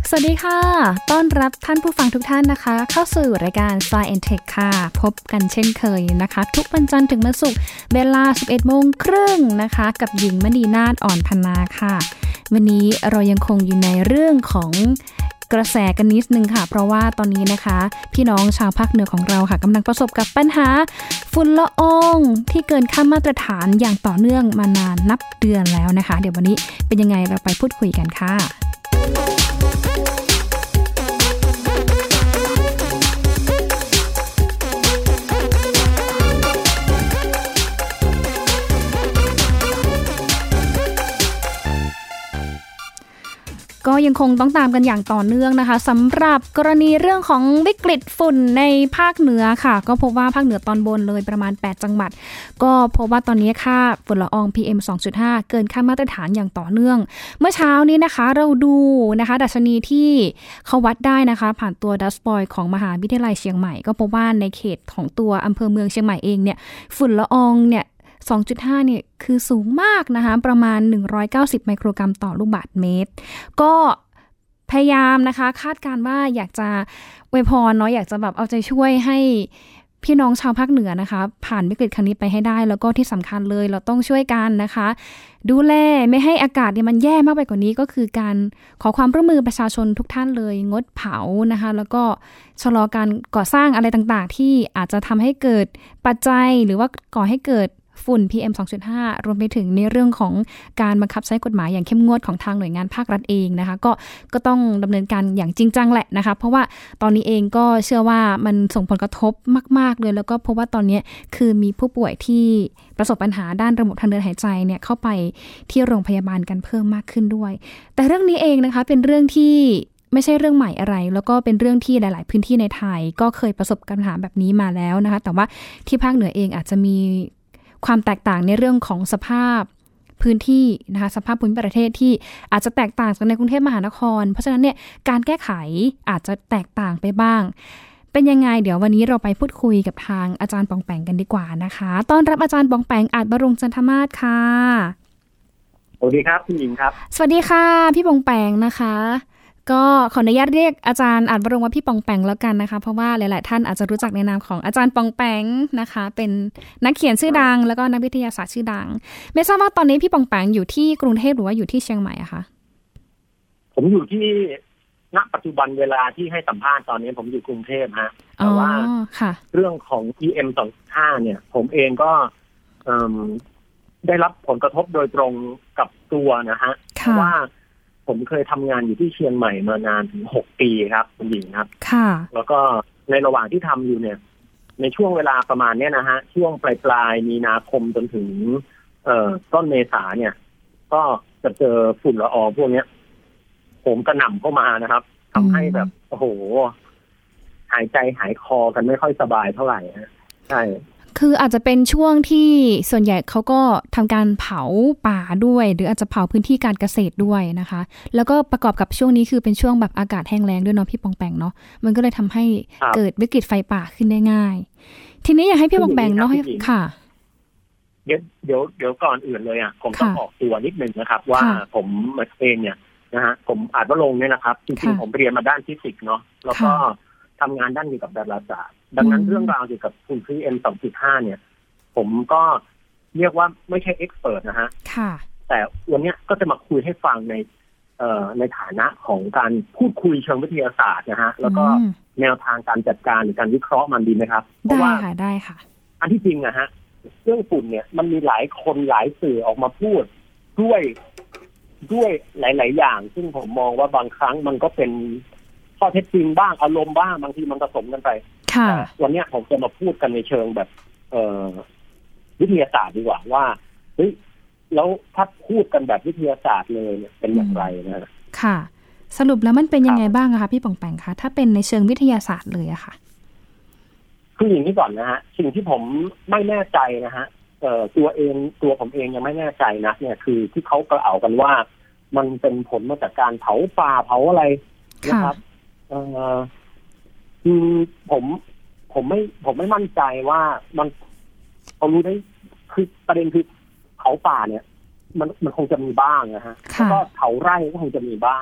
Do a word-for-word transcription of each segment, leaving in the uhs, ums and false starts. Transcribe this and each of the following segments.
สวัสดีค่ะต้อนรับท่านผู้ฟังทุกท่านนะคะเข้าสู่รายการ Science and Tech ค่ะพบกันเช่นเคยนะคะทุกวันจันทร์ถึงวันศุกร์เวลา สิบเอ็ดโมงครึ่งนะคะกับหญิงมณีนาฏอ่อนพนาค่ะวันนี้เรายังคงอยู่ในเรื่องของกระแสกันนิดนึงค่ะเพราะว่าตอนนี้นะคะพี่น้องชาวภาคเหนือของเราค่ะกำลังประสบกับปัญหาฝุ่นละอองที่เกินค่ามาตรฐานอย่างต่อเนื่องมานานนับเดือนแล้วนะคะเดี๋ยววันนี้เป็นยังไงเราไปพูดคุยกันค่ะก็ยังคงต้องตามกันอย่างต่อเนื่องนะคะสำหรับกรณีเรื่องของวิกฤตฝุ่นในภาคเหนือค่ะก็พบว่าภาคเหนือตอนบนเลยประมาณแปดจังหวัดก็พบว่าตอนนี้ค่าฝุ่นละออง พี เอ็ม สองจุดห้า เกินค่ามาตรฐานอย่างต่อเนื่องเมื่อเช้านี้นะคะเราดูนะคะดัชนีที่เขาวัดได้นะคะผ่านตัวดัสบอยของมหาวิทยาลัยเชียงใหม่ก็พบว่าในเขตของตัวอำเภอเมืองเชียงใหม่เองเนี่ยฝุ่นละอองเนี่ยสองจุดห้า เนี่ยคือสูงมากนะคะประมาณหนึ่งร้อยเก้าสิบไมโครกรัมต่อลูกบาศก์เมตรก็พยายามนะคะคาดการณ์ว่าอยากจะอวยพรเนาะอยากจะแบบเอาใจช่วยให้พี่น้องชาวภาคเหนือนะคะผ่านวิกฤตครั้งนี้ไปให้ได้แล้วก็ที่สำคัญเลยเราต้องช่วยกันนะคะดูแลไม่ให้อากาศเนี่ยมันแย่มากไปกว่านี้ก็คือการขอความร่วมมือประชาชนทุกท่านเลยงดเผานะคะแล้วก็ชะลอการก่อสร้างอะไรต่างๆที่อาจจะทำให้เกิดปัจจัยหรือว่าก่อให้เกิดฝุ่น พี เอ็ม สองจุดห้า รวมไปถึงในเรื่องของการบังคับใช้กฎหมายอย่างเข้มงวดของทางหน่วยงานภาครัฐเองนะคะก็ก็ต้องดำเนินการอย่างจริงจังแหละนะคะเพราะว่าตอนนี้เองก็เชื่อว่ามันส่งผลกระทบมากๆเลยแล้วก็เพราะว่าตอนนี้คือมีผู้ป่วยที่ประสบปัญหาด้านระบบทางเดินหายใจเนี่ยเข้าไปที่โรงพยาบาลกันเพิ่มมากขึ้นด้วยแต่เรื่องนี้เองนะคะเป็นเรื่องที่ไม่ใช่เรื่องใหม่อะไรแล้วก็เป็นเรื่องที่หลายๆพื้นที่ในไทยก็เคยประสบปัญหาแบบนี้มาแล้วนะคะแต่ว่าที่ภาคเหนือเองอาจจะมีความแตกต่างในเรื่องของสภาพพื้นที่นะคะสภาพภูมิประเทศที่อาจจะแตกต่างจากในกรุงเทพมหานครเพราะฉะนั้นเนี่ยการแก้ไขอาจจะแตกต่างไปบ้างเป็นยังไงเดี๋ยววันนี้เราไปพูดคุยกับทางอาจารย์ปองแปงกันดีกว่านะคะต้อนรับอาจารย์ปองแปงอาจบำรุงจันทมาศค่ะสวัสดีครับพี่หญิงครับสวัสดีค่ะพี่ปองแปงนะคะก็ขออนุญาตเรียกอาจารย์อาจบำรุงว่าพี่ปองแปงแล้วกันนะคะเพราะว่าหลายๆท่านอาจจะรู้จักในนามของอาจารย์ปองแปงนะคะเป็นนักเขียนชื่อดังแล้วก็นักวิทยาศาสตร์ชื่อดังไม่ทราบว่าตอนนี้พี่ปองแปงอยู่ที่กรุงเทพหรือว่าอยู่ที่เชียงใหม่อะคะผมอยู่ที่ณปัจจุบันเวลาที่ให้สัมภาษณ์ตอนนี้ผมอยู่กรุงเทพฮะแต่ว่าเรื่องของ พี เอ็ม สองจุดห้า เนี่ยผมเองก็ได้รับผลกระทบโดยตรงกับตัวนะฮะเพราะว่าผมเคยทำงานอยู่ที่เชียงใหม่มานานถึงหกปีครับคุณหญิงครับค่ะแล้วก็ในระหว่างที่ทำอยู่เนี่ยในช่วงเวลาประมาณเนี้ยนะฮะช่วงปลายปลายมีนาคมจนถึงเอ่อต้นเมษาเนี่ยก็จะเจอฝุ่นละอองพวกเนี้ยผมกระหน่ำเข้ามานะครับทำให้แบบโอ้โหหายใจหายคอกันไม่ค่อยสบายเท่าไหร่ฮะใช่คืออาจจะเป็นช่วงที่ส่วนใหญ่เขาก็ทำการเผาป่าด้วยหรืออาจจะเผาพื้นที่การเกษตรด้วยนะคะแล้วก็ประกอบกับช่วงนี้คือเป็นช่วงแบบอากาศแห้งแล้งด้วยเนาะพี่ปองแปงเนาะมันก็เลยทำให้เกิดวิกฤตไฟป่าขึ้นได้ง่ายทีนี้อยากให้พี่ปองแปงเนาะค่ะเดี๋ยวเดี๋ยวเดี๋ยวก่อนอื่นเลยอ่ะผมต้องออกตัวนิดนึงนะครับว่าผมเองเนี่ยนะฮะผมอาจว่าลงเนี่ยนะครับจริงๆผมเรียนมาด้านฟิสิกส์เนาะแล้วก็ทำงานด้านเกี่ยวกับดาราศาสตร์ดังนั้นเรื่องราวเกี่ยวกับฝุ่น พี เอ็ม สองจุดห้า เนี่ยผมก็เรียกว่าไม่ใช่เอ็กซ์เพิร์ทนะฮะแต่วันนี้ก็จะมาคุยให้ฟังในเอ่อในฐานะของการพูดคุยเชิงวิทยาศาสตร์นะฮะแล้วก็แนวทางการจัดการหรือการวิเคราะห์มันดีไหมครับเพราะว่าได้ค่ะอันที่จริงนะฮะเรื่องฝุ่นเนี่ยมันมีหลายคนหลายสื่อออกมาพูดด้วยด้วยหลายๆอย่างซึ่งผมมองว่าบางครั้งมันก็เป็นข้อเท็จจริงบ้างอารมณ์บ้างบางทีมันผสมกันไปค่ะวันนี้ผมจะมาพูดกันในเชิงแบบเอ่อวิทยาศาสตร์ดีกว่าว่าเฮ้ยแล้วถ้าพูดกันแบบวิทยาศาสตร์เลยเนี่ยเป็นอย่างไรนะค่ะสรุปแล้วมันเป็นยังไงบ้างอะคะพี่ปองแปงคะถ้าเป็นในเชิงวิทยาศาสตร์เลยอะค่ะคืออย่างนี้ก่อนนะฮะสิ่งที่ผมไม่แน่ใจนะฮะเอ่อตัวเองตัวผมเองยังไม่แน่ใจนะเนี่ยคือที่เขากล่าวกันว่ามันเป็นผลมาจากการเผาป่าเผาอะไรนะครับเอ่อคือผมผมไม่ผมไม่มั่นใจว่ามันเขารู้ได้คือประเด็นคือเผาป่าเนี่ยมันมันคงจะมีบ้างนะฮะแล้วก็เผาไร่ก็คงจะมีบ้าง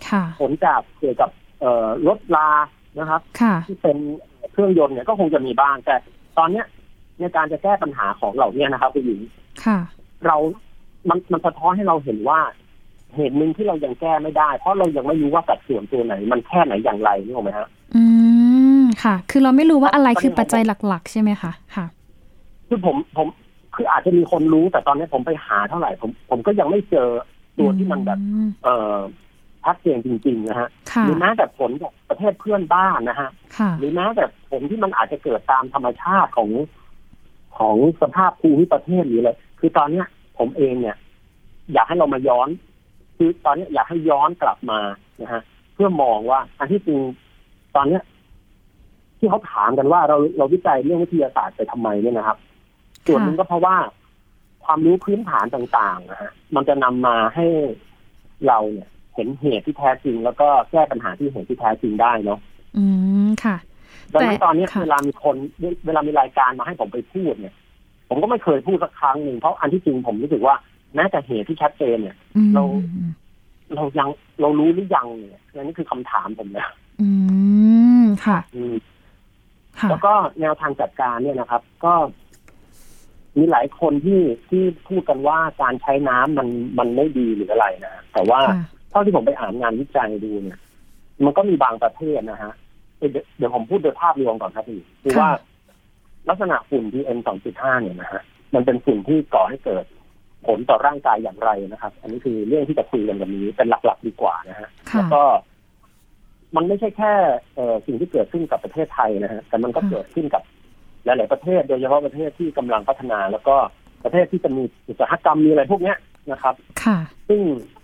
ผลจากเกี่ยวกับรถรานะครับที่เป็นเครื่องยนต์เนี่ยก็คงจะมีบ้างแต่ตอนเนี้ยในการจะแก้ปัญหาของเราเนี่ยนะครับคุณหญิงเรามันมันสะท้อนให้เราเห็นว่าเหตุหนึ่งที่เรายังแก้ไม่ได้เพราะเรายังไม่รู้ว่าสัดส่วนตัวไหนมันแค่ไหนอย่างไรนี่ถูกไหมฮะอืมค่ะคือเราไม่รู้ว่าอะไรคือปัจจัยหลักๆใช่ไหมคะค่ะคือผมผมคืออาจจะมีคนรู้แต่ตอนนี้ผมไปหาเท่าไหร่ผมผมก็ยังไม่เจอตัวที่มันแบบเอ่อชัดเจนจริงๆนะฮะหรือแม้แต่ผลจากประเทศเพื่อนบ้านนะฮะหรือแม้แต่ผลที่มันอาจจะเกิดตามธรรมชาติของของสภาพภูมิประเทศหรืออะไรคือตอนเนี้ยผมเองเนี่ยอยากให้เรามาย้อนคือตอนนี้อยากให้ย้อนกลับมานะฮะเพื่อมองว่าอันที่จริงตอนเนี้ยที่เขาถามกันว่าเราเราวิจัยเรื่องวิทยาศาสตร์ไปทำไมเนี่ยนะครับส่วนหนึ่งก็เพราะว่าความรู้พื้นฐานต่างๆนะฮะมันจะนำมาให้เราเนี่ยเห็นเหตุที่แท้จริงแล้วก็แก้ปัญหาที่เหตุที่แท้จริงได้เนาะอืมค่ะดังนั้นตอนนี้เวลามีคนเวลามีรายการมาให้ผมไปพูดเนี่ยผมก็ไม่เคยพูดสักครั้งหนึ่งเพราะอันที่จริงผมรู้สึกว่าแม้แต่เหตุที่ชัดเจนเนี่ยเราเรายังเรารู้หรือยังเนี่ยนี่คือคำถามผมนะอืมค่ะแล้วก็แนวทางจัดการเนี่ยนะครับก็มีหลายคนที่ที่พูดกันว่าการใช้น้ำมันมันไม่ดีหรืออะไรนะแต่ว่าเท่าที่ผมไปอ่านงานวิจัยดูเนี่ยมันก็มีบางประเทศนะฮะเดี๋ยวผมพูดโดยภาพรวมก่อนครับพี่คือว่าลักษณะฝุ่น พี เอ็ม สองจุดห้า เนี่ยนะฮะมันเป็นฝุ่นที่ก่อให้เกิดผลต่อร่างกายอย่างไรนะครับอันนี้คือเรื่องที่จะคุยกันวันนี้เป็นหลักๆดีกว่านะฮะแล้วก็มันไม่ใช่แค่สิ่งที่เกิดขึ้นกับประเทศไทยนะฮะแต่มันก็เกิดขึ้นกับหลายๆประเทศโดยเฉพาะประเทศที่กำลังพัฒนาแล้วก็ประเทศที่จะมีอุตสาหกรรมมีอะไรพวกนี้นะครับซึ่ง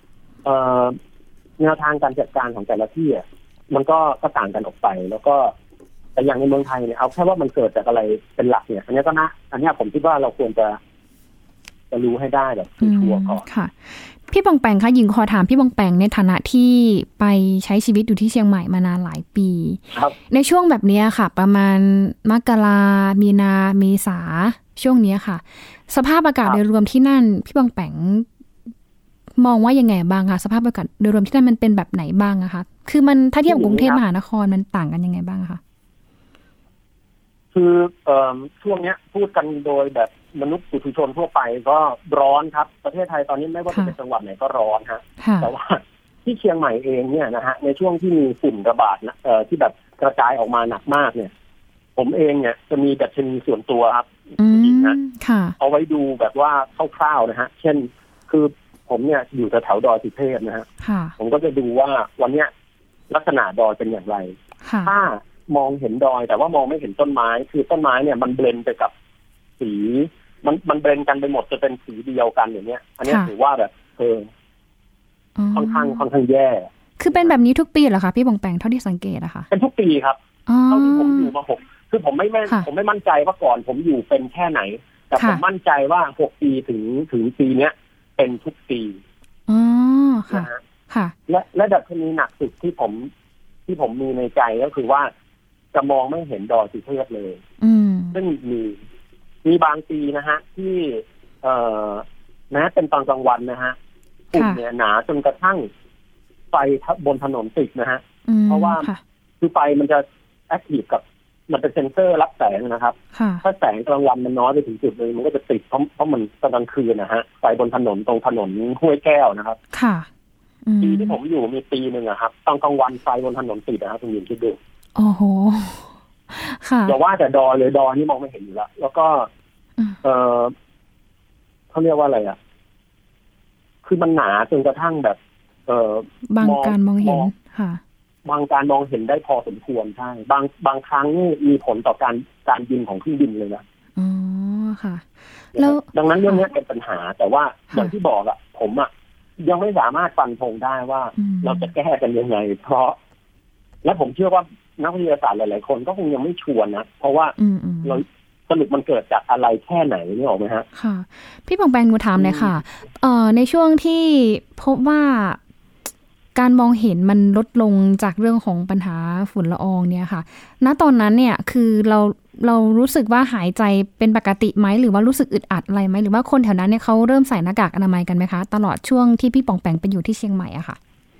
แนวทางการจัดการของแต่ละที่มันก็ก็ต่างกันออกไปแล้วก็แต่อย่างในเมืองไทยเนี่ยเอาแค่ว่ามันเกิดจากอะไรเป็นหลักเนี่ยอันนี้ก็นะอันนี้ผมคิดว่าเราควรจะจะรู้ให้ได้แบบชัวร์ก่อนค่ะพี่บองแปงคะหญิงขอถามพี่บองแปงในฐานะที่ไปใช้ชีวิตอยู่ที่เชียงใหม่มานานหลายปีในช่วงแบบนี้ค่ะประมาณมกรามีนาเมษาช่วงนี้ค่ะสภาพอากาศโดยรวมที่นั่นพี่บองแปงมองว่ายังไงบ้างคะสภาพอากาศโดยรวมที่นั่นมันเป็นแบบไหนบ้างอะคะคือมันถ้าเทียบกับกรุงเทพมหานครมันต่างกันยังไงบ้างคะคือเอ่อช่วงเนี้ยพูดกันโดยแบบมนุษย์ปุถุชนทั่วไปก็ร้อนครับประเทศไทยตอนนี้ไม่ว่าจะเป็นจังหวัดไหนก็ร้อนฮะแต่ว่าที่เชียงใหม่เองเนี่ยนะฮะในช่วงที่มีฝุ่นระบาดนะเอ่อที่แบบกระจายออกมาหนักมากเนี่ยผมเองเนี่ยจะมีดัชนีส่วนตัวครับจริงนะเอาไว้ดูแบบว่าคร่าวๆนะฮะเช่นคือผมเนี่ยอยู่แถวดอยสุเทพนะฮะผมก็จะดูว่าวันเนี้ยลักษณะดอยเป็นอย่างไรถ้ามองเห็นดอยแต่ว่ามองไม่เห็นต้นไม้คือต้นไม้เนี่ยมันเบลนไปกับสีมันมันเบลนกันไปหมดจะเป็นสีเดียวกันอย่างเงี้ยอันนี้ถือว่าแบบเออค่อนข้างค่อนข้างแย่คือเป็นแบบนี้ทุกปีเหรอคะพี่บองแปงเท่าที่สังเกตอะค่ะเป็นทุกปีครับเท่าที่ผมอยู่มาหกคือผมไม่ไม่ผมไม่มั่นใจว่าก่อนผมอยู่เป็นแค่ไหนแต่ผมมั่นใจว่าหกปีถึงถึงปีเนี้ยเป็นทุกปีอ๋อค่ะค่ะและและดัชนีหนักสุดที่ผมที่ผมมีในใจก็คือว่าจะมองไม่เห็นดอยสุเทพเลยซึ่งมีมีบางปีนะฮะที่เอ่อแม้เป็นตอนกลางวันนะฮะฝุ่นเนี่ยหนาจนกระทั่งไฟบนถนนติดนะฮะเพราะว่าคือไฟมันจะแอคทีฟกับมันเป็นเซ็นเซอร์รับแสงนะครับถ้าแสงกลางวันมันน้อยไปถึงจุดนึงมันก็จะติดเพราะเพราะมันตอนกลางคืนนะฮะไฟบนถนนตรงถนนห้วยแก้วนะครับค่ะปีที่ผมอยู่มีปีหนึ่งอะครับตอนกลางวันไฟบนถนนติดนะครับคุณหญิงคิดดูโอ้โหค่ะอย่าว่าแต่ดอยเลยดอยนี่มองไม่เห็นอยู่แล้วแล้วก็เออเขาเรียกว่าอะไรอ่ะคือมันหนาจนกระทั่งแบบ เออบางการมองเห็นค่ะบางการมองเห็นได้พอสมควรใช่บางบางครั้งนี่มีผลต่อการการบินของเครื่องบินเลยนะอ๋อค่ะแล้วดังนั้นเรื่องนี้เป็นปัญหาแต่ว่าอย่างที่บอกอ่ะผมอ่ะยังไม่สามารถฟันธงได้ว่าเราจะแก้กันยังไงเพราะและผมเชื่อว่านักวิทยาศาสตร์หลายๆคนก็คงยังไม่ชัวร์นะเพราะว่าเราสรุปมันเกิดจากอะไรแค่ไหนนี่ออกไหมฮะค่ะพี่ปองแปงหนูถามเลยค่ะเอ่อในช่วงที่พบว่าการมองเห็นมันลดลงจากเรื่องของปัญหาฝุ่นละอองเนี่ยค่ะณตอนนั้นเนี่ยคือเราเรารู้สึกว่าหายใจเป็นปกติไหมหรือว่ารู้สึกอึดอัดอะไรไหมหรือว่าคนแถวนั้นเนี่ยเขาเริ่มใส่หน้ากากอนามัยกันไหมคะตลอดช่วงที่พี่ปองแปงไปอยู่ที่เชียงใหม่อะค่ะ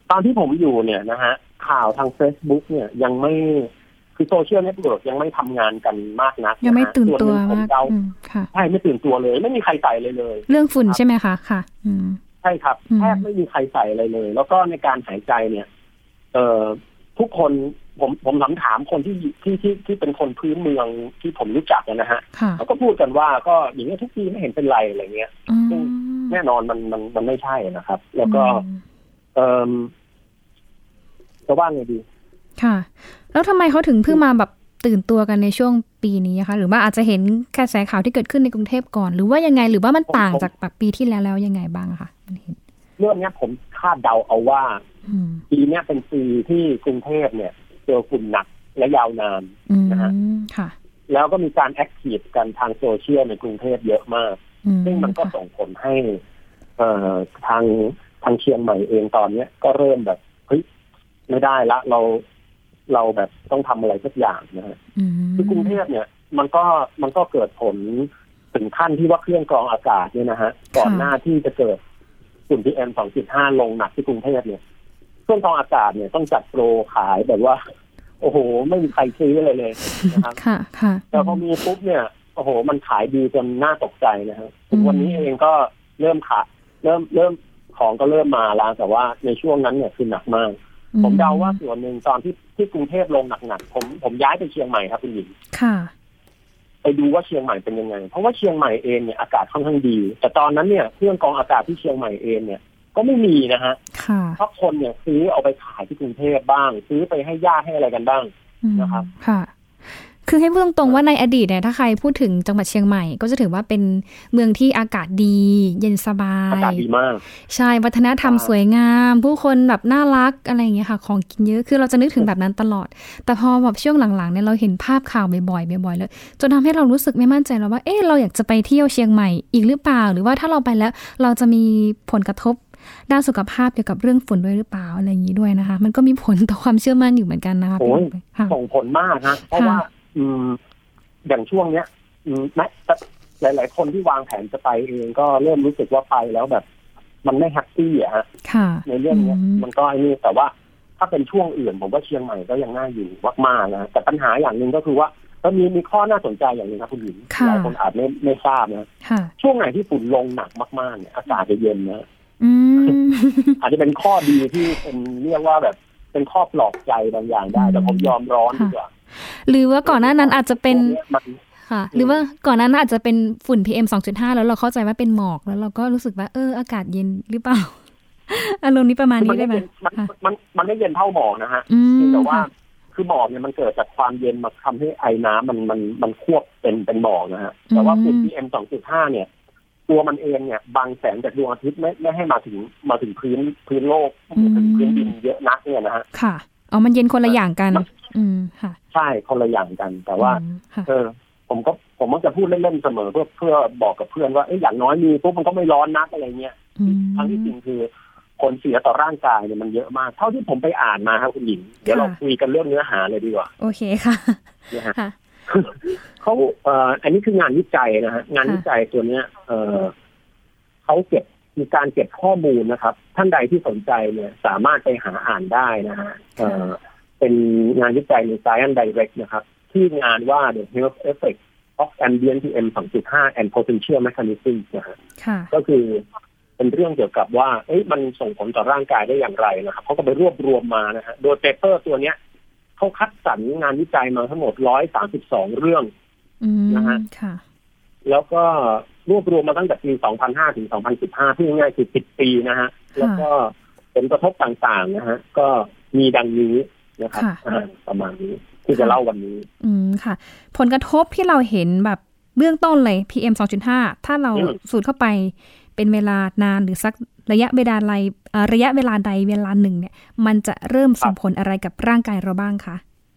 ตอนที่ผมอยู่เนี่ยนะฮะข่าวทาง Facebook เนี่ยยังไม่คือโซเชียลเน็ตเวิร์กยังไม่ทำงานกันมากนักยังไม่ตื่นตัวมากใช่ไม่ตื่นตัวเลยไม่มีใครใส่เลยเลยเรื่องฝุ่นใช่ไหมคะค่ะใช่ครับแทบไม่มีใครใส่อะไรเลยแล้วก็ในการหายใจเนี่ยเอ่อทุกคนผมผมถามถามคนที่ที่ที่ที่เป็นคนพื้นเมืองที่ผมรู้จักนะฮะเขาก็พูดกันว่าก็อย่างนี้ทุกทีไม่เห็นเป็นไรอะไรเงี้ยซึ่งแน่นอนมันมันมันไม่ใช่นะครับแล้วก็เอ่อจะว่าไงดีค่ะแล้วทำไมเขาถึงเพิ่งมาแบบตื่นตัวกันในช่วงปีนี้คะหรือว่าอาจจะเห็นกระแสข่าวที่เกิดขึ้นในกรุงเทพก่อนหรือว่ายังไงหรือว่ามันต่างจากแบบปีที่แล้วแล้วยังไงบ้างคะเรื่องนี้ผมคาดเดาเอาว่าปีนี้เป็นปีที่กรุงเทพเนี่ยเจอฝุ่นหนักและยาวนานนะฮะแล้วก็มีการแอคทีฟกันทางโซเชียลในกรุงเทพเยอะมากซึ่งมันก็ส่งผลให้เอ่อทางทางเชียงใหม่เองตอนนี้ก็เริ่มแบบเฮ้ยไม่ได้ละเราเราแบบต้องทำอะไรสักอย่างนะฮะคือกรุงเทพเนี่ยมันก็มันก็เกิดผลถึงขั้นที่ว่าเครื่องกรองอากาศเนี่ยนะฮะก่อนหน้าที่จะเกิดฝุ่น พี เอ็ม สองจุดห้า ลงหนักที่กรุงเทพเนี่ยเครื่องกรองอากาศเนี่ยต้องจัดโปรขายแบบว่าโอ้โหไม่มีใครซื้ออะไรเลยนะครับค่ะค่ะแต่พอมีปุ๊บเนี่ยโอ้โหมันขายดีจนน่าตกใจนะฮะถึงวันนี้เองก็เริ่มขายเริ่มเริ่มของก็เริ่มมาแล้วแต่ว่าในช่วงนั้นเนี่ยคือหนักมากผมเดาว่าส่วนหนึ่งตอนที่ที่กรุงเทพลงหนักๆผมผมย้ายไปเชียงใหม่ครับคุณหญิงค่ะไปดูว่าเชียงใหม่เป็นยังไงเพราะว่าเชียงใหม่เองเนี่ยอากาศค่อนข้างดีแต่ตอนนั้นเนี่ยเครื่องกรองอากาศที่เชียงใหม่เองเนี่ยก็ไม่มีนะฮะเพราะคนเนี่ยซื้อเอาไปขายที่กรุงเทพบ้างซื้อไปให้ญาติให้อะไรกันบ้างนะครับค่ะคือให้พูดตรงๆว่าในอดีตเนี่ยถ้าใครพูดถึงจังหวัดเชียงใหม่ก็จะถือว่าเป็นเมืองที่อากาศดีเย็นสบายอากาศดีมากใช่วัฒนธรรมสวยงามผู้คนแบบน่ารักอะไรอย่างเงี้ยค่ะของกินเยอะคือเราจะนึกถึงแบบนั้นตลอดแต่พอแบบช่วงหลังๆเนี่ยเราเห็นภาพข่าวบ่อยๆบ่อยๆแล้วจนทำให้เรารู้สึกไม่มั่นใจแล้วว่าเอ๊ะเราอยากจะไปเที่ยวเชียงใหม่อีกหรือเปล่าหรือว่าถ้าเราไปแล้วเราจะมีผลกระทบด้านสุขภาพเกี่ยวกับเรื่องฝุ่นด้วยหรือเปล่าอะไรอย่างนี้ด้วยนะคะมันก็มีผลต่อความเชื่อมั่นอยู่เหมือนกันนะคะส่งผลมากนะเพราะว่าอืมอย่างช่วงเนี้ยอืมหลายๆคนที่วางแผนจะไปเองก็เริ่มรู้สึกว่าไปแล้วแบบมันไม่แฮปปี้อะฮะในเรื่องนี้มันก็ไอ้นี่แต่ว่าถ้าเป็นช่วงอื่นผมว่าเชียงใหม่ก็ยังน่าอยู่มากๆนะแต่ปัญหาอย่างนึงก็คือว่าก็มีมีข้อน่าสนใจอย่างนึงครับคุณหญิงหลายคนอาจไม่ไม่ทราบนะช่วงไหนที่ฝุ่นลงหนักมากๆเนี่ยอากาศจะเย็นนะอาจจะเป็นข้อดีที่เป็นเรียกว่าแบบเป็นข้อปลอบใจบางอย่างได้แต่ผมยอมร้อนดีกว่าหรือว่าก่อนหน้านั้นอาจจะเป็นค่ะหรือว่าก่อนหน้านั้นอาจจะเป็นฝุ่น พี เอ็ม สองจุดห้า แล้วเราเข้าใจว่าเป็นหมอกแล้วเราก็รู้สึกว่าเอออากาศเย็นหรือเปล่าอารมณ์นี้ประมาณนี้ได้ไหมมันมันมันไม่เย็นเท่าหมอกนะฮะแต่ว่าคือหมอกเนี่ยมันเกิดจากความเย็นมาทำให้ไอน้ำมันมันมันควบเป็นเป็นหมอกนะฮะแต่ว่าฝุ่น พี เอ็ม สองจุดห้า เนี่ยตัวมันเองเนี่ยบังแสงจากดวงอาทิตย์ไม่ไม่ให้มาถึงมาถึงพื้นพื้นโลกถึงพื้นดินเยอะนักเนี่ยนะฮะค่ะอ๋อมันเย็นคนละอย่างกันอืมค่ะใช่คนละอย่างกันแต่ว่าเออผมก็ผมมักจะพูดเล่นๆเสมอเพื่อเพื่อบอกกับเพื่อนว่าเอ้ยอย่างน้อยมีปุ๊บมันก็ไม่ร้อนนักอะไรเงี้ยทั้งที่จริงคือผลเสียต่อร่างกายเนี่ยมันเยอะมากเท่าที่ผมไปอ่านมาครับคุณหญิงเดี๋ยวเราคุยกันเรื่องเนื้อหาเลยดีกว่าโอเคค่ะนะฮะเขาเอ่ออันนี้คืองานวิจัยนะฮะงานวิจัยตัวเนี้ยเอ่อเขาเก็บมีการเก็บข้อมูลนะครับท่านใดที่สนใจเนี่ยสามารถไปหาอ่านได้นะฮะเอ่อเป็นงานวิจัยใน Science Direct นะครับที่งานว่า The Health Effect of Ambient พี เอ็ม สองจุดห้า and Potential Mechanisms นะฮะก็คือเป็นเรื่องเกี่ยวกับว่าเอ๊ะมันส่งผลต่อร่างกายได้อย่างไรนะครับเขาก็ไปรวบรวมมานะฮะโดยเปเปอร์ตัวเนี้ยเขาคัดสรรงานวิจัยมาทั้งหมดหนึ่งร้อยสามสิบสองเรื่องนะฮะแล้วก็รวบรวมมาตั้งแต่ปีสองพันห้าถึงสองพันสิบห้าที่ง่ายๆคือสิบปีนะฮะแล้วก็ผลกระทบต่างๆนะฮะก็มีดังนี้นะครับประมาณนี้ที่จะเล่าวันนี้อืมค่ะผลกระทบที่เราเห็นแบบเบื้องต้นเลย พี เอ็ม สองจุดห้า ถ้าเราสูดเข้าไปเป็นเวลานานหรือสักระยะเวลาใดระยะเวลาใดเวลาหนึ่งเนี่ยมันจะเริ่มส่งผลอะไรกับร่างกายเราบ้างคะ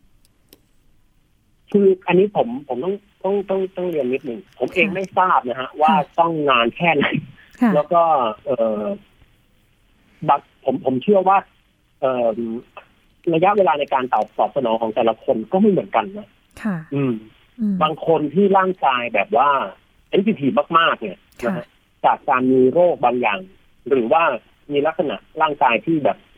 คืออันนี้ผมผมต้องต้องต้องต้องเรียนนิดนึงผมเองไม่ทราบนะฮะว่าต้องนานแค่ไหนแล้วก็เอ่อบัดผมผมเชื่อว่าเอ่อระยะเวลาในการตอบตอบสนองของแต่ละคนก็ไม่เหมือนกันนะค่ะอืมบางคนที่ร่างกายแบบว่าเซนซิทีฟมากๆเนี่ยนะฮะจากการมีโรคบางอย่างหรือว่ามีลักษณะร่างกายที่แบบ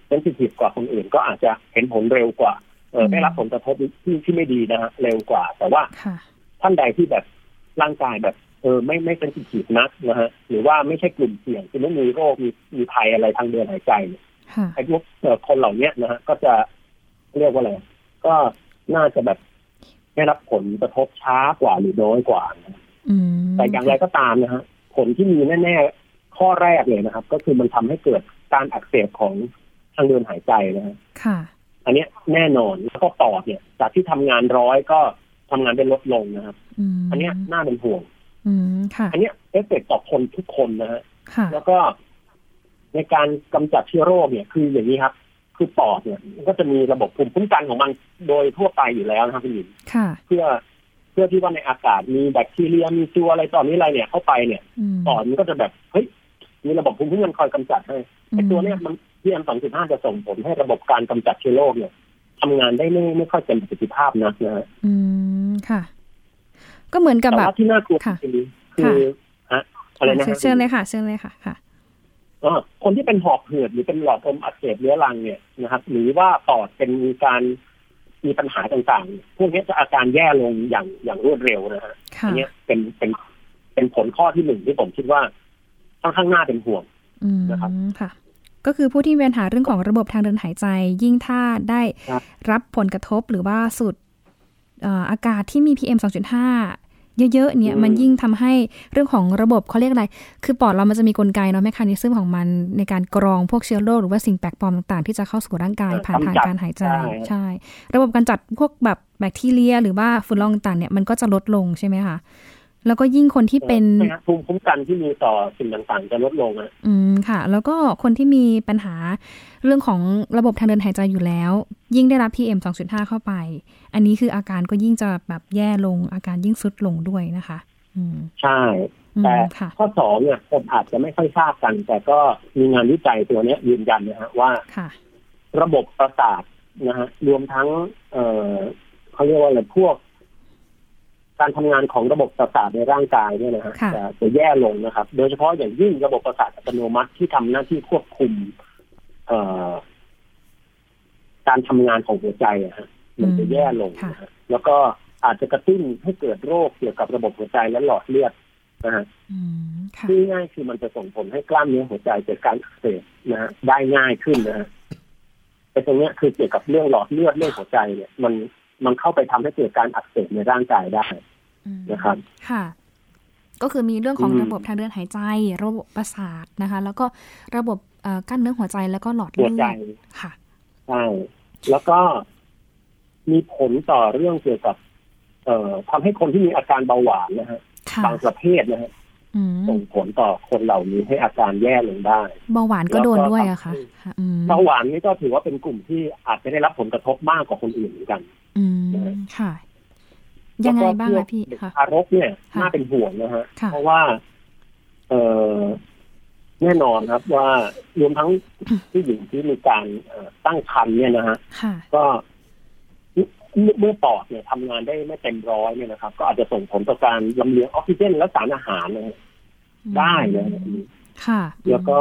เซนซิทีฟกว่าคนอื่นก็อาจจะเห็นผลเร็วกว่าเออได้รับผลกระทบที่ที่ไม่ดีนะฮะเร็วกว่าแต่ว่าท่านใดที่แบบร่างกายแบบเออไม่ไม่เซนซิทีฟนักนะฮะหรือว่าไม่ใช่กลุ่มเสี่ยงที่ไม่มีโรคมีมีภัยอะไรทางเดินหายใจไอ้พวกคนเหล่านี้นะฮะก็จะเรียกว่าอะไรก็น่าจะแบบได้รับผลกระทบช้ากว่าหรือน้อยกว่าแต่อย่างไรก็ตามนะฮะผลที่มีแน่ๆข้อแรกเลยนะครับก็คือมันทำให้เกิดการอักเสบของทางเดินหายใจนะฮะอันนี้แน่นอนแล้วก็ปอดเนี่ยจากที่ทำงานร้อยก็ทำงานได้ลดลงนะครับอันนี้น่าเป็นห่วงอันนี้เอฟเฟกต์ต่อคนทุกคนนะฮะแล้วก็ในการกำจัดเชื้อโรคเนี่ยคืออย่างนี้ครับคือปอดเนี่ยก็จะมีระบบภูมิคุ้มกันของมันโดยทั่วไปอยู่แล้วนะครับคุณหญิงเพื่อเพื่อที่ว่าในอากาศมีแบคทีเรียมีตัวอะไรต่อนี้อะไรเนี่ยเข้าไปเนี่ยปอดมันก็จะแบบเฮ้ยมีระบบภูมิคุ้มกันคอยกำจัดให้ไอ้ตัวเนี้ยมันพี เอ็ม สองจุดห้า จะส่งผลให้ระบบการกำจัดเชื้อโรคเนี่ยทำงานได้ไม่ไม่ค่อยเต็มประสิทธิภาพนักนะฮะอืมค่ะก็เหมือนกับแบบที่น่ากลัวคือคือฮะอะไรนะเชิญเลยค่ะเชิญเลยค่ะค่ะอ๋อคนที่เป็นหอบหืดหรือเป็นหลอดลมอักเสบเรื้อรังเนี่ยนะครับหรือว่าปอดเป็นมีการมีปัญหาต่างๆพวกนี้จะอาการแย่ลงอย่างอย่างรวดเร็วนะฮะอันนี้เป็นเป็นเป็นผลข้อที่หนึ่งที่ผมคิดว่าค่อนข้างน่าเป็นห่วงนะครับค่ะก็คือผู้ที่มีปัญหาเรื่องของระบบทางเดินหายใจยิ่งถ้าได้รับผลกระทบหรือว่าสูดอากาศที่มี พี เอ็ม สองจุดห้า เยอะๆเนี่ยมันยิ่งทำให้เรื่องของระบบเขาเรียกอะไรคือปอดเรามันจะมีกลไกเนาะแมคานิซึมของมันในการกรองพวกเชื้อโรคหรือว่าสิ่งแปลกปลอมต่างๆที่จะเข้าสู่ร่างกายผ่านทางการหายใจใช่ระบบการจัดพวกแบบแบคทีเรียหรือว่าฝุ่นละอองต่างๆเนี่ยมันก็จะลดลงใช่ไหมคะแล้วก็ยิ่งคนที่เป็นภูมิคุ้มกันที่มีต่อสิ่งต่างๆจะลดลงอ่ะอืมค่ะแล้วก็คนที่มีปัญหาเรื่องของระบบทางเดินหายใจอยู่แล้วยิ่งได้รับ พี เอ็ม สองจุดห้า เข้าไปอันนี้คืออาการก็ยิ่งจะแบบแย่ลงอาการยิ่งทรุดลงด้วยนะคะอืมใช่แต่ข้อสองเนี่ยคนอาจจะไม่ค่อยทราบกันแต่ก็มีงานวิจัยตัวนี้ยืนยันนะฮะว่าระบบประสาทนะฮะรวมทั้งเอ่อเขาเรียกว่าอะไรพวกการทำงานของระบบประสาทในร่างกายเนี่ยนะฮะจะจะแย่ลงนะครับโดยเฉพาะอย่างยิ่งระบบประสาทอัตโนมัติที่ทำหน้าที่ควบคุมเอ่อการทำงานของหัวใจอะฮะมันจะแย่ลงนะฮะแล้วก็อาจจะกระตุ้นให้เกิดโรคเกี่ยวกับระบบหัวใจและหลอดเลือดนะฮะที่ง่ายคือมันจะส่งผลให้กล้ามเนื้อหัวใจเกิดการอักเสบนะฮะได้ง่ายขึ้นนะฮะแต่ตรงนี้คือเกี่ยวกับเรื่องหลอดเลือดเรื่องหัวใจเนี่ยมันมันเข้าไปทำให้เกิดการอักเสบในร่างกายได้นะครับค่ะก็คือมีเรื่องของระบบทางเดินหายใจระบบประสาทนะคะแล้วก็ระบบกล้ามเนื้อหัวใจแล้วก็หลอดเลือดค่ะใช่แล้วก็มีผลต่อเรื่องเกี่ยวกับเอ่อทำให้คนที่มีอาการเบาหวานนะฮะบางประเภทนะฮะส่งผลต่อคนเหล่านี้ให้อาการแย่ลงได้เบาหวานก็โดนด้วยอะค่ะเบาหวานนี่ก็ถือว่าเป็นกลุ่มที่อาจจะได้รับผลกระทบมากกว่าคนอื่นเหมือนกันอืมค่ะยังไงบ้างคะพี่ค่ะทารกเนี่ยน่าเป็นห่วงนะฮะเพราะว่าเอ่อแน่นอนครับว่ารวมทั้งผู้หญิงที่มีการตั้งครรภ์เนี่ยนะฮะก็เมื่อปอดเนี่ยทำงานได้ไม่เต็มร้อยเนี่ยนะครับก็อาจจะส่งผลต่อการลำเลียงออกซิเจนและสารอาหารนะได้นะค่ะแล้วก็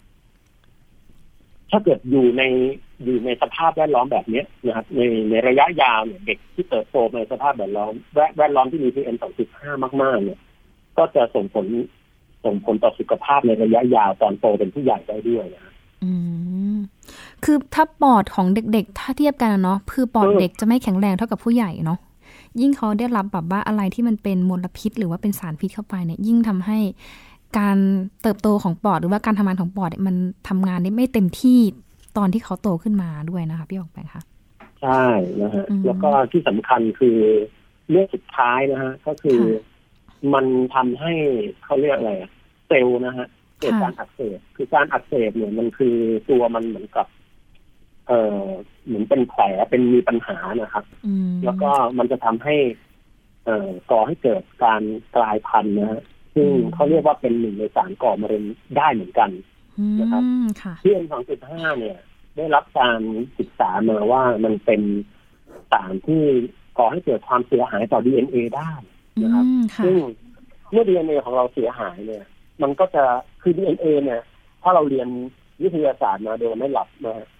ถ้าเกิดอยู่ในอยู่ในสภาพแวดล้อมแบบนี้นะครับในในระยะยาวเนี่ยเด็กที่เติบโตในสภาพแวดล้อมแวดล้อมที่มี พี เอ็ม สองจุดห้ามากๆเนี่ยก็จะส่งผลส่งผลต่อสุขภาพในระยะยาวตอนโตเป็นผู้ใหญ่ได้ด้วยนะอืมคือถ้าปอดของเด็กๆถ้าเทียบกันเนาะคือปอดเด็กจะไม่แข็งแรงเท่ากับผู้ใหญ่เนาะยิ่งเขาได้รับแบบว่าอะไรที่มันเป็นมลพิษหรือว่าเป็นสารพิษเข้าไปเนี่ยยิ่งทำให้การเติบโตของปอดหรือว่าการทำงานของปอดมันทำงานได้ไม่เต็มที่ตอนที่เขาโตขึ้นมาด้วยนะคะพี่ออกไปค่ะใช่นะฮะแล้วก็ที่สำคัญคือเรื่องสุดท้ายนะฮะก็คือมันทำให้เขาเรียกอะไรเซลล์นะฮะเกิดการอักเสบคือการอักเสบเนี่ยมันคือตัวมันเหมือนกับเอ่อเหมือนเป็นแผลเป็นมีปัญหานะครับแล้วก็มันจะทำให้เอ่อก่อให้เกิดการกลายพันธุ์นะฮะซึ่งเขาเรียกว่าเป็นหนึ่งในสารก่อมะเร็งได้เหมือนกันนะครับ พี เอ็ม สองจุดห้า เนี่ยได้รับการศึกษามาว่ามันเป็นสารที่ก่อให้เกิดความเสียหายต่อ ดี เอ็น เอ ได้นะครับซึ่งเมื่อ ดี เอ็น เอ ของเราเสียหายเนี่ยมันก็จะคือ ดี เอ็น เอ เนี่ยถ้าเราเรียนวิทยาศาสตร์มาโดยไม่หลับนะ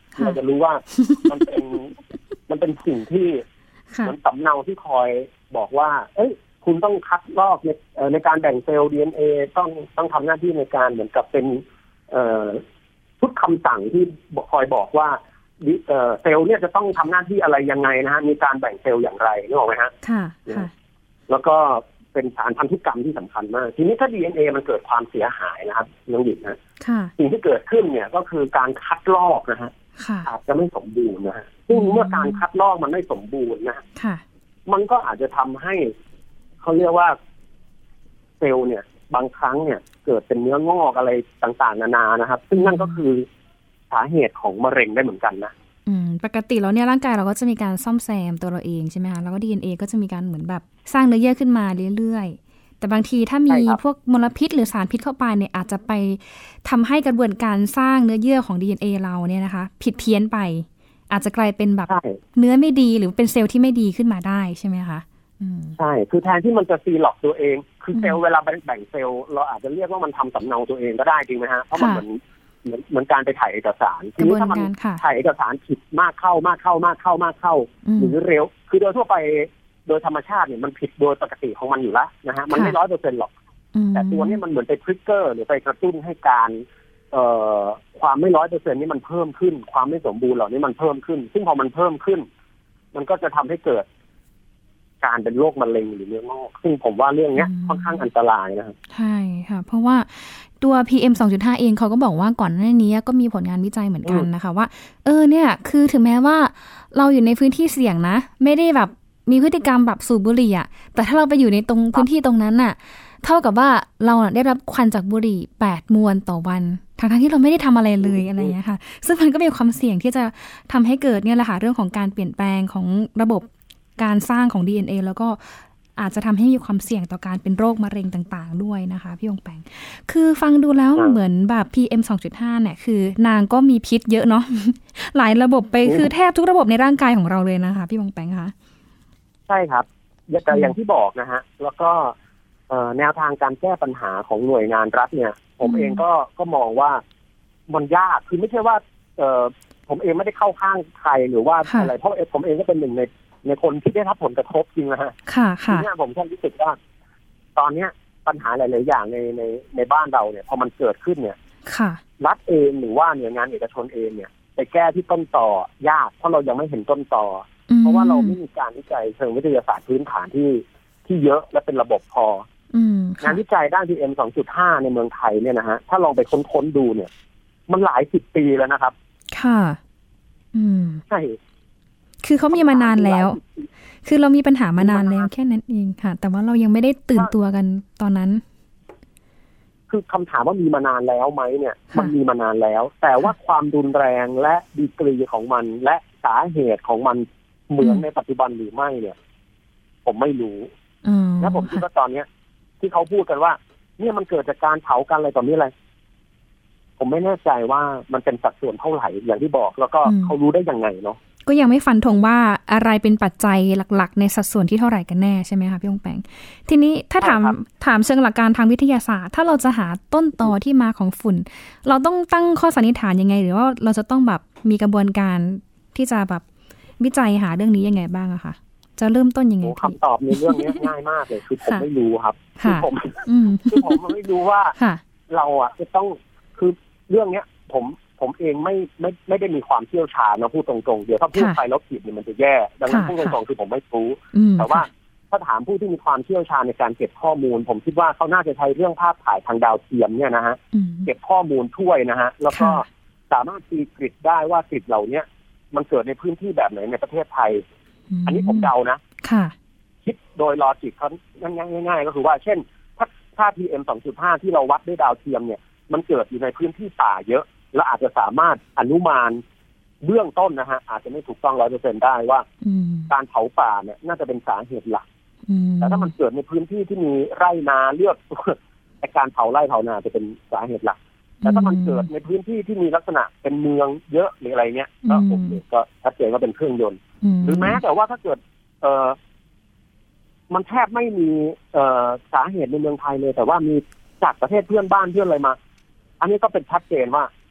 เราจะรู้ว่ามันเป็นมันเป็นสิ่งที่มันสำเนาที่คอยบอกว่าเอ้ยคุณต้องคัดลอกในในการแบ่งเซลล์ ดี เอ็น เอ ต้องต้องทำหน้าที่ในการเหมือนกับเป็นชุดคำสั่งที่คอยบอกว่าเซลล์เนี่ยจะต้องทำหน้าที่อะไรยังไงนะฮะมีการแบ่งเซลล์อย่างไรนึกออกไหมฮะค่ะแล้วก็เป็นสารพันธุกรรมที่สำคัญมากทีนี้ถ้า ดี เอ็น เอ มันเกิดความเสียหายนะครับน้องหญิงนะสิ่งที่เกิดขึ้นเนี่ยก็คือการคัดลอกนะฮะอาจจะไม่สมบูรณ์นะฮะซึ่งเมื่อการคัดลอกมันไม่สมบูรณ์นะมันก็อาจจะทำให้เขาเรียกว่าเซลล์เนี่ยบางครั้งเนี่ยเกิดเป็นเนื้องอกอะไรต่างๆนานานะครับซึ่งนั่นก็คือสาเหตุของมะเร็งได้เหมือนกันนะอืมปกติแล้วเนี่ยร่างกายเราก็จะมีการซ่อมแซมตัวเราเองใช่ไหมคะแล้วก็ ดี เอ็น เอ ก็จะมีการเหมือนแบบสร้างเนื้อเยื่อขึ้นมาเรื่อยๆแต่บางทีถ้ามีพวกมลพิษหรือสารพิษเข้าไปเนี่ยอาจจะไปทำให้กระบวนการสร้างเนื้อเยื่อของ ดี เอ็น เอ เราเนี่ยนะคะผิดเพี้ยนไปอาจจะกลายเป็นแบบเนื้อไม่ดีหรือเป็นเซลล์ที่ไม่ดีขึ้นมาได้ใช่ไหมคะใช่คือแทนที่มันจะซีล็อกตัวเองคือเซลล์เวลาแบ่งเซลล์เราอาจจะเรียกว่ามันทำสำเนาตัวเองก็ได้จริงไหมฮะเพราะมันเหมือนเหมือนเหมือนการไปถ่ายเอกสารทีนี้ถ้ามันถ่ายเอกสารผิดมากเข้ามากเข้ามากเข้ามากเข้าหรือเร็วคือโดยทั่วไปโดยธรรมชาติเนี่ยมันผิดโดยปกติของมันอยู่แล้วนะฮะมันไม่ร้อยเปอร์เซ็นต์หรอกแต่ตัวนี้มันเหมือนไปทริกเกอร์หรือไปกระตุ้นให้การเอ่อความไม่ร้อยเปอร์เซ็นต์นี่มันเพิ่มขึ้นความไม่สมบูรณ์เหล่านี้มันเพิ่มขึ้นซึ่งพอมันเพิ่มขึ้นมันก็จะทำให้เกิดการเป็นโรคมะเร็งหรือเนื้องอกซึ่งผมว่าเรื่องนี้ค่อนข้างอันตรายนะครับใช่ค่ะเพราะว่าตัว พี เอ็ม สองจุดห้า เองเขาก็บอกว่าก่อนหน้านี้ก็มีผลงานวิจัยเหมือนกันนะคะว่าเออเนี่ยคือถึงแม้ว่าเราอยู่ในพื้นที่เสี่ยงนะไม่ได้แบบมีพฤติกรรมแบบสูบบุหรี่อ่ะแต่ถ้าเราไปอยู่ในตรงพื้นที่ตรงนั้นน่ะเท่ากับว่าเราได้รับควันจากบุหรี่แปดมวนต่อวันทั้งๆที่เราไม่ได้ทำอะไรเลยอะไรอย่างเงี้ยค่ะซึ่งมันก็มีความเสี่ยงที่จะทำให้เกิดเนี่ยแหละค่ะเรื่องของการเปลี่ยนแปลงของระบบการสร้างของ ดี เอ็น เอ แล้วก็อาจจะทำให้มีความเสี่ยงต่อการเป็นโรคมะเร็งต่างๆด้วยนะคะพี่องแปงคือฟังดูแล้วเหมือนแบบ พี เอ็ม สองจุดห้า เนี่ยคือนางก็มีพิษเยอะเนาะ หลายระบบไปคือแทบทุกระบบในร่างกายของเราเลยนะคะพี่องแปงคะใช่ครับแต่อย่างที่บอกนะฮะแล้วก็แนวทางการแก้ปัญหาของหน่วยงานรัฐเนี่ยผมเองก็ก็มองว่ามันยากคือไม่ใช่ว่าผมเองไม่ได้เข้าข้างใครหรือว่าอะไรเพราะผมเองก็เป็นหนึ่งในในคนที่ได้รับผลกระทบจริงนะฮะค่ะค่ะทีนี้ผมแค่รู้สึกว่าตอนเนี้ยปัญหาหลายๆอย่างในในในบ้านเราเนี่ยพอมันเกิดขึ้นเนี่ยค่ะรัฐเองหรือว่าหน่วยงานเอกชนเองเนี่ยไปแก้ที่ต้นตอยากเพราะเรายังไม่เห็นต้นตอเพราะว่าเราไม่มีการวิจัยเชิงวิทยาศาสตร์พื้นฐานที่ที่เยอะและเป็นระบบพองานวิจัยด้าน พี เอ็ม สองจุดห้า ในเมืองไทยเนี่ยนะฮะถ้าลองไปค้นๆดูเนี่ยมันหลายสิบปีแล้วนะครับค่ะอืมใช่คือเขามีมานานแล้วคือเรามีปัญหามานานแล้วแค่นั้นเองค่ะแต่ว่าเรายังไม่ได้ตื่นตัวกันตอนนั้นคือคำถามว่ามีมานานแล้วไหมเนี่ยมันมีมานานแล้วแต่ว่าความรุนแรงและดีกรีของมันและสาเหตุของมันเหมือนในปัจจุบันหรือไม่เนี่ยผมไม่รู้และผมคิดว่าตอนเนี้ยที่เขาพูดกันว่าเนี่ยมันเกิดจากการเผากันอะไรต่อนี้อะไรผมไม่แน่ใจว่ามันเป็นสัดส่วนเท่าไหร่อย่างที่บอกแล้วก็เขารู้ได้ยังไงเนาะก็ยังไม่ฟันธงว่าอะไรเป็นปัจจัยหลักๆในสัดส่วนที่เท่าไหร่กันแน่ใช่ไหมคะพี่องแปงทีนี้ถ้าถามถามเชิงหลักการทางวิทยาศาสตร์ถ้าเราจะหาต้นตอที่มาของฝุ่นเราต้องตั้งข้อสันนิษฐานยังไงหรือว่าเราจะต้องแบบมีกระบวนการที่จะแบบวิจัยหาเรื่องนี้ยังไงบ้างอะคะจะเริ่มต้นยังไงคำตอบในเรื่องนี้ง่ายมากเลยคือผมไม่รู้ครับคือผมคือผมไม่รู้ว่าเราอะจะต้องคือเรื่องเนี้ยผมผมเองไม่ไม่ไม่ได้มีความเชี่ยวชาญนะพูดตรงๆเดี๋ยวถ้าพูดไปแล้วผิดเนี่ยมันจะแย่ดังนั้นพูดตรงๆคือผมไม่รู้แต่ว่าถ้าถามผู้ที่มีความเชี่ยวชาญในการเก็บข้อมูลผมคิดว่าเขาน่าจะใช้เรื่องภาพถ่ายทางดาวเทียมเนี่ยนะฮะเก็บข้อมูลช่วยนะฮะแล้วก็สามารถตีกริดได้ว่ากริดเหล่านี้มันเกิดในพื้นที่แบบไหนในประเทศไทยอันนี้ผมเดานะคิดโดยลอจิกเขาง่ายๆก็คือว่าเช่นถ้าถ้า พี เอ็ม สองจุดห้า ที่เราวัดด้วยดาวเทียมเนี่ยมันเกิดอยู่ในพื้นที่ป่าเยอะแล้วอาจจะสามารถอนุมานเบื้องต้นนะฮะอาจจะไม่ถูกต้อง ร้อยเปอร์เซ็นต์ ได้ว่าการเผาป่าเนี่ยน่าจะเป็นสาเหตุหลักแต่ถ้ามันเกิดในพื้นที่ที่มีไร่นาเลือกแต่การเผาไร่เผานาจะเป็นสาเหตุหลักแต่ถ้ามันเกิดในพื้นที่ที่มีลักษณะเป็นเมืองเยอะหรืออะไรเงี้ยก็โอเคก็ชัดเจนว่าเป็นเครื่องยนต์หรือแม้แต่ว่าถ้าเกิดเออมันแทบไม่มีเอ่อสาเหตุในเมืองไทยเลยแต่ว่ามีจากประเทศเพื่อนบ้านเพื่อนอะไรมาอันนี้ก็เป็นชัดเจนว่า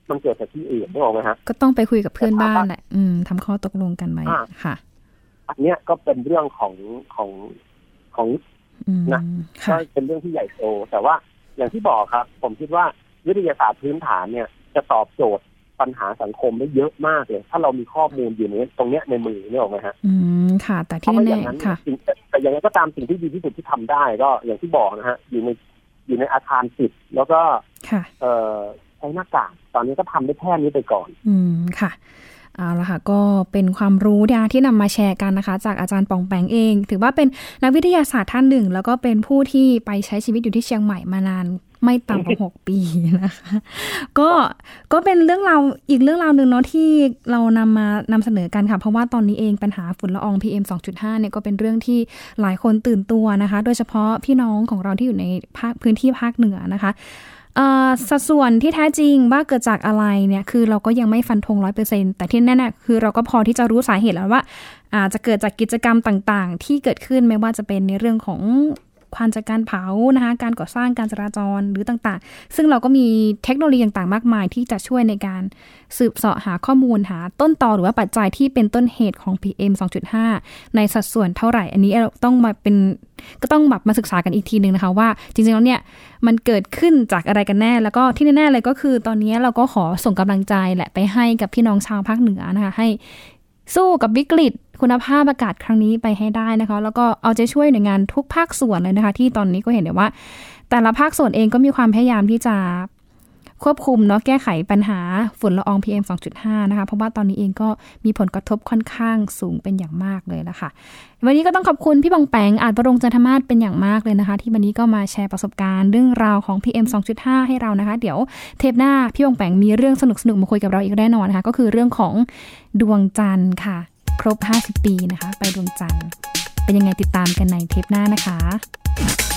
มันเกิดจากที่อื่นไม่ออกไหมฮะก็ต้องไปคุยกับเพื่อนบ้านแหละอืมทำข้อตกลงกันไว้ค่ะอันเนี้ยก็เป็นเรื่องของของของนะก็เป็นเรื่องที่ใหญ่โตแต่ว่าอย่างที่บอกครับผมคิดว่าวิทยาศาสตร์พื้นฐานเนี่ยจะตอบโจทย์ปัญหาสังคมได้เยอะมากเลยถ้าเรามีข้อมูลอยู่ในตรงเนี้ยในมือนี่ออกไหมฮะอืมค่ะแต่ที่แน่ๆค่ะแต่อย่างไรก็ตามสิ่งที่ดีที่สุดที่ทำได้ก็อย่างที่บอกนะฮะอยู่ในอยู่ในอาคารปิดแล้วก็เอ่อใช้หน้ากากตอนนี้ก็ทำได้แค่นี้ไปก่อนอืมค่ะเอาละค่ะก็เป็นความรู้ที่นำมาแชร์กันนะคะจากอาจารย์ปองแปงเองถือว่าเป็นนักวิทยาศาสตร์ท่านหนึ่งแล้วก็เป็นผู้ที่ไปใช้ชีวิตอยู่ที่เชียงใหม่มานานไม่ต่ำกว่าหกปีนะคะก็ก็เป็นเรื่องราวอีกเรื่องราวนึงเนาะที่เรานำมานำเสนอกันค่ะเพราะว่าตอนนี้เองปัญหาฝุ่นละออง พี เอ็ม สองจุดห้า เนี่ยก็เป็นเรื่องที่หลายคนตื่นตัวนะคะโดยเฉพาะพี่น้องของเราที่อยู่ในภาคพื้นที่ภาคเหนือนะคะสัดส่วนที่แท้จริงว่าเกิดจากอะไรเนี่ยคือเราก็ยังไม่ฟันธง ร้อยเปอร์เซ็นต์ แต่ที่แน่ๆคือเราก็พอที่จะรู้สาเหตุแล้วว่าอาจจะเกิดจากกิจกรรมต่างๆที่เกิดขึ้นไม่ว่าจะเป็นในเรื่องของควันจากการเผานะคะการก่อสร้างการจราจรหรือต่างๆซึ่งเราก็มีเทคโนโลยีต่างๆมากมายที่จะช่วยในการสืบเสาะหาข้อมูลหาต้นตอหรือว่าปัจจัยที่เป็นต้นเหตุของ พี เอ็ม สองจุดห้า ในสัดส่วนเท่าไหร่อันนี้เราต้องมาเป็นก็ต้องแบบมาศึกษากันอีกทีนึงนะคะว่าจริงๆแล้วเนี่ยมันเกิดขึ้นจากอะไรกันแน่แล้วก็ที่แน่ๆเลยก็คือตอนนี้เราก็ขอส่งกำลังใจแหละไปให้กับพี่น้องชาวภาคเหนือนะคะให้สู้กับวิกฤตคุณภาพอากาศครั้งนี้ไปให้ได้นะคะแล้วก็เอาใจช่วยหน่วยงานทุกภาคส่วนเลยนะคะที่ตอนนี้ก็เห็นได้ว่าแต่ละภาคส่วนเองก็มีความพยายามที่จะควบคุมเนาะแก้ไขปัญหาฝุ่นละออง พี เอ็ม สองจุดห้า นะคะเพราะว่าตอนนี้เองก็มีผลกระทบค่อนข้างสูงเป็นอย่างมากเลยละค่ะวันนี้ก็ต้องขอบคุณพี่ปองแปงอาจวรงค์จันทมาศเป็นอย่างมากเลยนะคะที่วันนี้ก็มาแชร์ประสบการณ์เรื่องราวของ พี เอ็ม สองจุดห้า ให้เรานะคะเดี๋ยวเทปหน้าพี่ปองแปงมีเรื่องสนุกๆมาคุยกับเราอีกแน่นอนนะคะก็คือเรื่องของดวงจันทร์ค่ะครบห้าสิบปีนะคะไปดวงจันทร์เป็นยังไงติดตามกันในเทปหน้านะคะ